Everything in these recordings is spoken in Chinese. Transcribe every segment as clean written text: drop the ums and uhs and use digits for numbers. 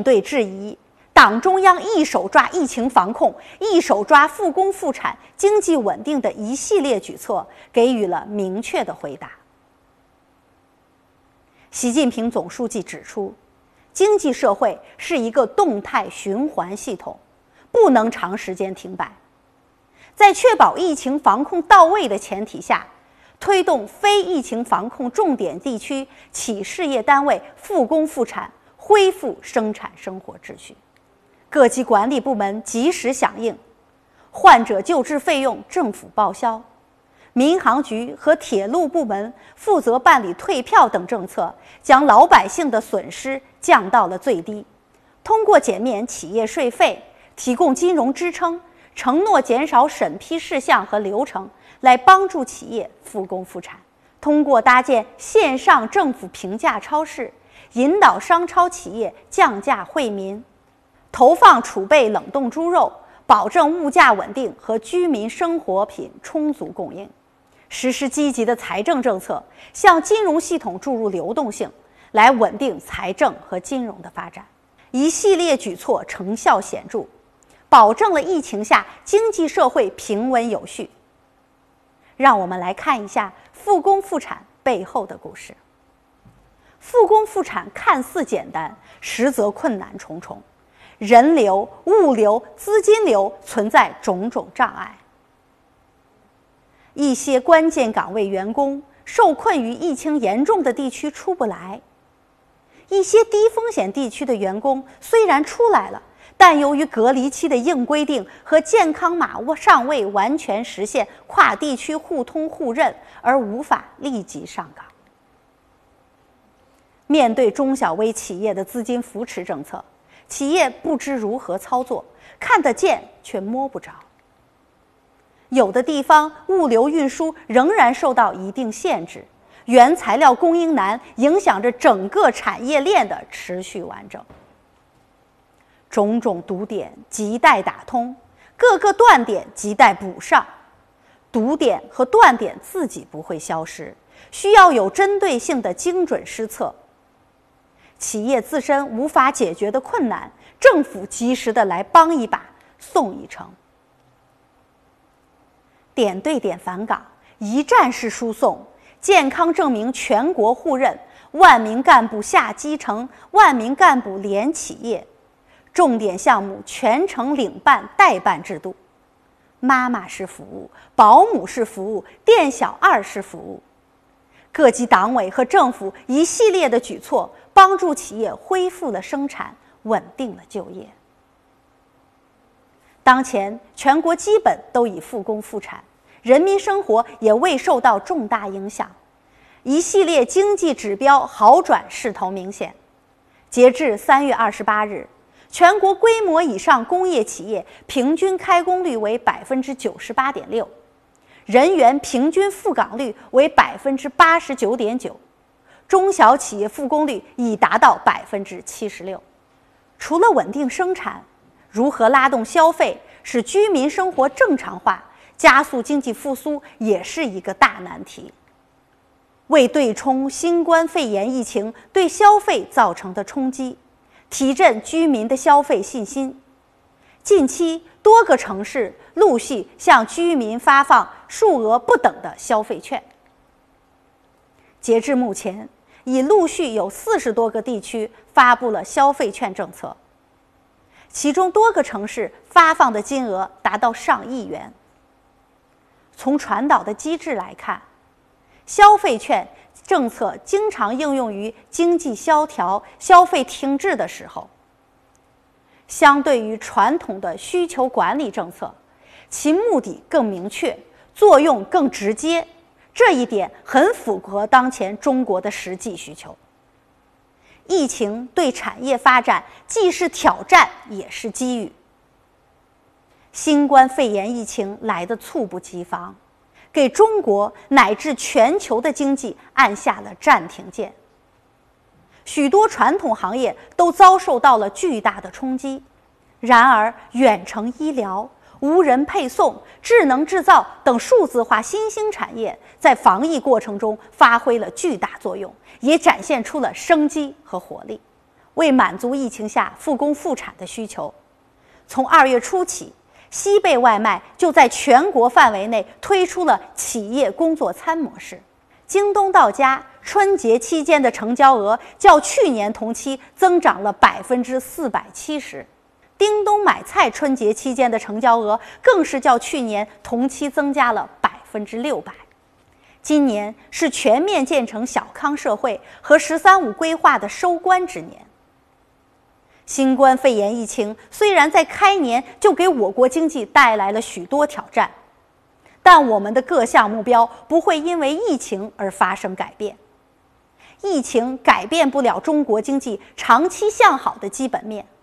面对质疑，党中央一手抓疫情防控，一手抓复工复产、经济稳定的一系列举措，给予了明确的回答。习近平总书记指出，经济社会是一个动态循环系统，不能长时间停摆。在确保疫情防控到位的前提下，推动非疫情防控重点地区企事业单位复工复产，恢复生产生活秩序。各级管理部门及时响应，患者救治费用政府报销，民航局和铁路部门负责办理退票等政策，将老百姓的损失降到了最低。通过减免企业税费、提供金融支撑、承诺减少审批事项和流程，来帮助企业复工复产。通过搭建线上政府平价超市，引导商超企业降价惠民，投放储备冷冻猪肉，保证物价稳定和居民生活品充足供应。实施积极的财政政策，向金融系统注入流动性，来稳定财政和金融的发展。一系列举措成效显著，保证了疫情下经济社会平稳有序。让我们来看一下复工复产背后的故事。复工复产看似简单，实则困难重重，人流、物流、资金流存在种种障碍。一些关键岗位员工受困于疫情严重的地区出不来，一些低风险地区的员工虽然出来了，但由于隔离期的硬规定和健康码尚未完全实现跨地区互通互认，而无法立即上岗。面对中小微企业的资金扶持政策，企业不知如何操作，看得见却摸不着。有的地方物流运输仍然受到一定限制，原材料供应难，影响着整个产业链的持续完整。种种堵点亟待打通，各个断点亟待补上。堵点和断点自己不会消失，需要有针对性的精准施策。企业自身无法解决的困难，政府及时的来帮一把，送一程。点对点返岗，一站式输送，健康证明全国互认，万名干部下基层，万名干部联企业，重点项目全程领办代办制度，妈妈式服务、保姆式服务、店小二式服务。各级党委和政府一系列的举措，帮助企业恢复了生产，稳定了就业。当前全国基本都已复工复产，人民生活也未受到重大影响，一系列经济指标好转势头明显。截至3月28日，全国规模以上工业企业平均开工率为 98.6%， 人员平均复岗率为 89.9%， 中小企业复工率已达到 76%。 除了稳定生产，如何拉动消费，使居民生活正常化，加速经济复苏也是一个大难题。为对冲新冠肺炎疫情对消费造成的冲击，提振居民的消费信心，近期多个城市陆续向居民发放数额不等的消费券。截至目前，已陆续有40多个地区发布了消费券政策，其中多个城市发放的金额达到上亿元。从传导的机制来看，消费券政策经常应用于经济萧条、消费停滞的时候。相对于传统的需求管理政策，其目的更明确，作用更直接，这一点很符合当前中国的实际需求。疫情对产业发展既是挑战，也是机遇。新冠肺炎疫情来得猝不及防，给中国乃至全球的经济按下了暂停键。许多传统行业都遭受到了巨大的冲击。然而，远程医疗、无人配送、智能制造等数字化新兴产业在防疫过程中发挥了巨大作用，也展现出了生机和活力。 为满足疫情下复工复产的需求，从2月初起，西贝外卖就在全国范围内推出了企业工作餐模式。京东到家春节期间的成交额较去年同期增长了470%，叮咚买菜春节期间的成交额更是较去年同期增加了600%。今年是全面建成小康社会和“13+5”规划的收官之年。新冠肺炎疫情虽然在开年就给我国经济带来了许多挑战，但我们的各项目标不会因为疫情而发生改变。疫情改变不了中国经济长期向好的基本面。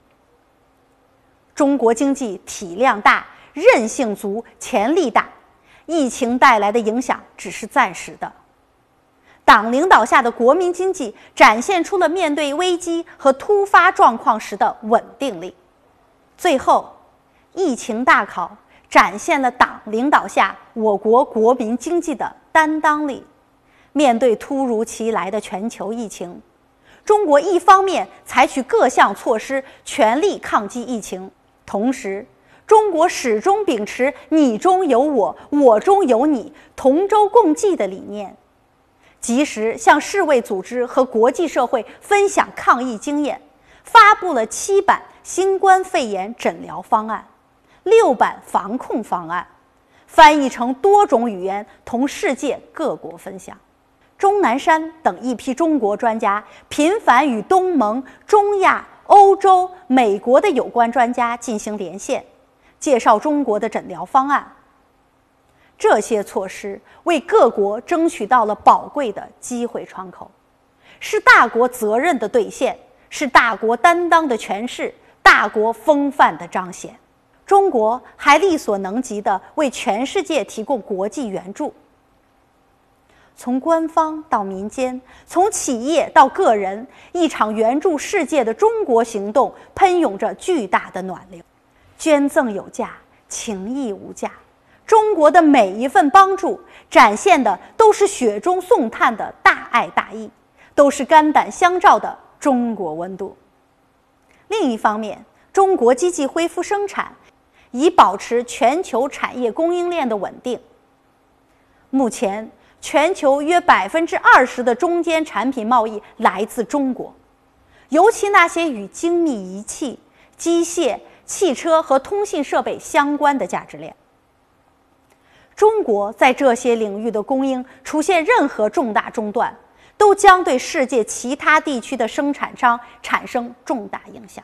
中国经济体量大、韧性足、潜力大，疫情带来的影响只是暂时的。党领导下的国民经济展现出了面对危机和突发状况时的稳定力。最后，疫情大考展现了党领导下我国国民经济的担当力。面对突如其来的全球疫情，中国一方面采取各项措施全力抗击疫情，同时中国始终秉持你中有我，我中有你，同舟共济的理念，及时向世卫组织和国际社会分享抗疫经验，发布了7版新冠肺炎诊疗方案、6版防控方案，翻译成多种语言，同世界各国分享。钟南山等一批中国专家频繁与东盟、中亚、欧洲、美国的有关专家进行连线，介绍中国的诊疗方案。这些措施为各国争取到了宝贵的机会窗口，是大国责任的兑现，是大国担当的诠释，大国风范的彰显。中国还力所能及地为全世界提供国际援助。从官方到民间，从企业到个人，一场援助世界的中国行动喷涌着巨大的暖流。捐赠有价，情义无价。中国的每一份帮助展现的都是雪中送炭的大爱大义，都是肝胆相照的中国温度。另一方面，中国积极恢复生产，以保持全球产业供应链的稳定。目前全球约20%的中间产品贸易来自中国，尤其那些与精密仪器、机械、汽车和通信设备相关的价值链。中国在这些领域的供应出现任何重大中断，都将对世界其他地区的生产商产生重大影响。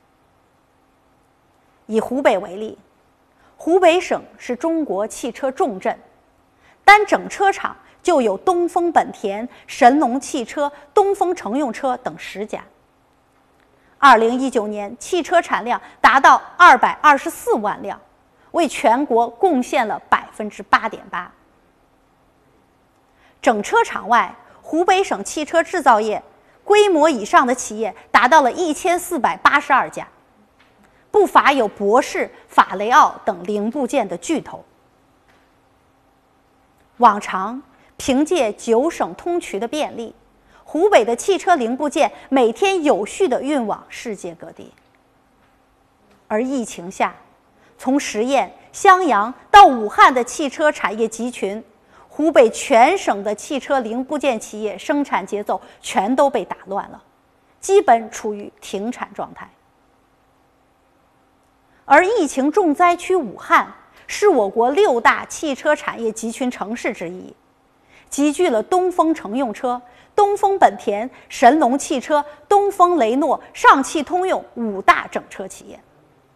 以湖北为例，湖北省是中国汽车重镇，单整车厂就有东风本田、神龙汽车、东风乘用车等10家。2019年汽车产量达到224万辆，为全国贡献了8.8%。整车厂外，湖北省汽车制造业规模以上的企业达到了1482家，不乏有博世、法雷奥等零部件的巨头。往常凭借9省通衢的便利，湖北的汽车零部件每天有序地运往世界各地。而疫情下，从十堰、襄阳到武汉的汽车产业集群，湖北全省的汽车零部件企业生产节奏全都被打乱了，基本处于停产状态。而疫情重灾区武汉是我国6大汽车产业集群城市之一，集聚了东风乘用车、东风本田、神龙汽车、东风雷诺、上汽通用5大整车企业。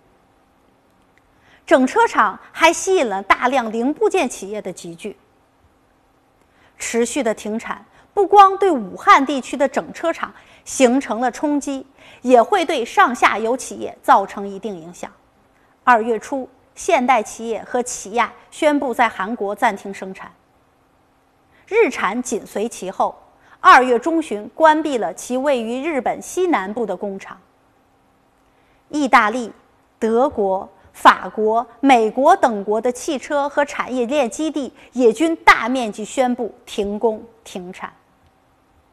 整车厂还吸引了大量零部件企业的集聚。持续的停产不光对武汉地区的整车厂形成了冲击，也会对上下游企业造成一定影响。2月初，现代企业和起亚宣布在韩国暂停生产，日产紧随其后，2月中旬关闭了其位于日本西南部的工厂。意大利、德国、法国、美国等国的汽车和产业链基地也均大面积宣布停工停产。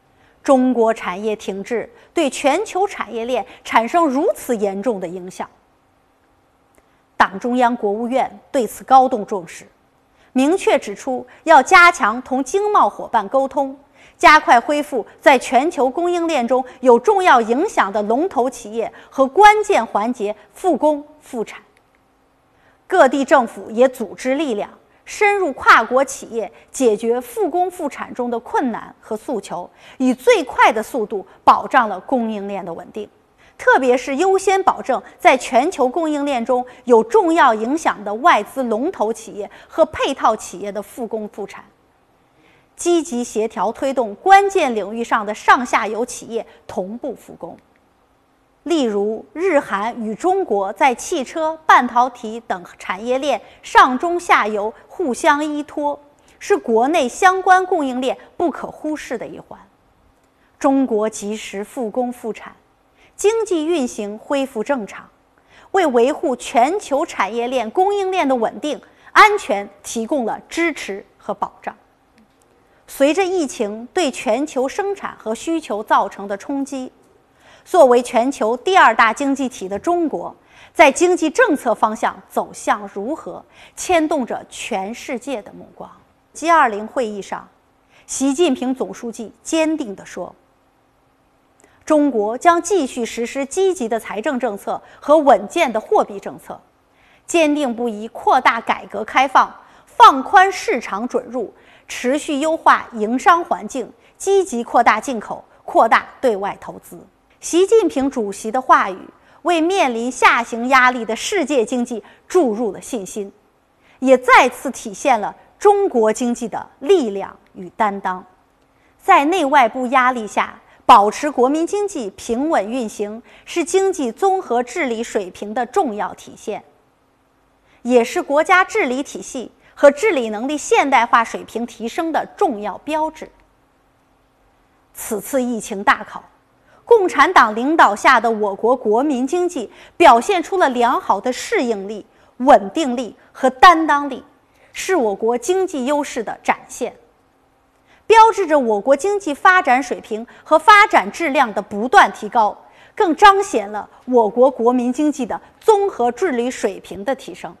中国产业停滞对全球产业链产生如此严重的影响。党中央、国务院对此高度重视，明确指出要加强同经贸伙伴沟通，加快恢复在全球供应链中有重要影响的龙头企业和关键环节复工复产。各地政府也组织力量，深入跨国企业，解决复工复产中的困难和诉求，以最快的速度保障了供应链的稳定。特别是优先保证在全球供应链中有重要影响的外资龙头企业和配套企业的复工复产，积极协调推动关键领域上的上下游企业同步复工。例如，日韩与中国在汽车、半导体等产业链上中下游互相依托，是国内相关供应链不可忽视的一环。中国及时复工复产，经济运行恢复正常，为维护全球产业链供应链的稳定、安全提供了支持和保障。随着疫情对全球生产和需求造成的冲击，作为全球第2大经济体的中国，在经济政策方向走向如何，牵动着全世界的目光。G20会议上，习近平总书记坚定地说，中国将继续实施积极的财政政策和稳健的货币政策，坚定不移扩大改革开放，放宽市场准入，持续优化营商环境，积极扩大进口，扩大对外投资。习近平主席的话语为面临下行压力的世界经济注入了信心，也再次体现了中国经济的力量与担当。在内外部压力下，保持国民经济平稳运行，是经济综合治理水平的重要体现，也是国家治理体系和治理能力现代化水平提升的重要标志。此次疫情大考，共产党领导下的我国国民经济表现出了良好的适应力、稳定力和担当力，是我国经济优势的展现，标志着我国经济发展水平和发展质量的不断提高，更彰显了我国国民经济的综合治理水平的提升。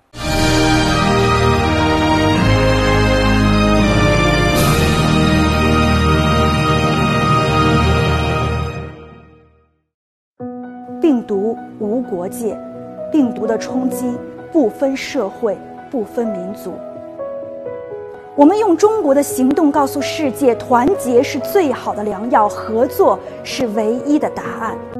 病毒无国界，病毒的冲击不分社会，不分民族。我们用中国的行动告诉世界，团结是最好的良药，合作是唯一的答案。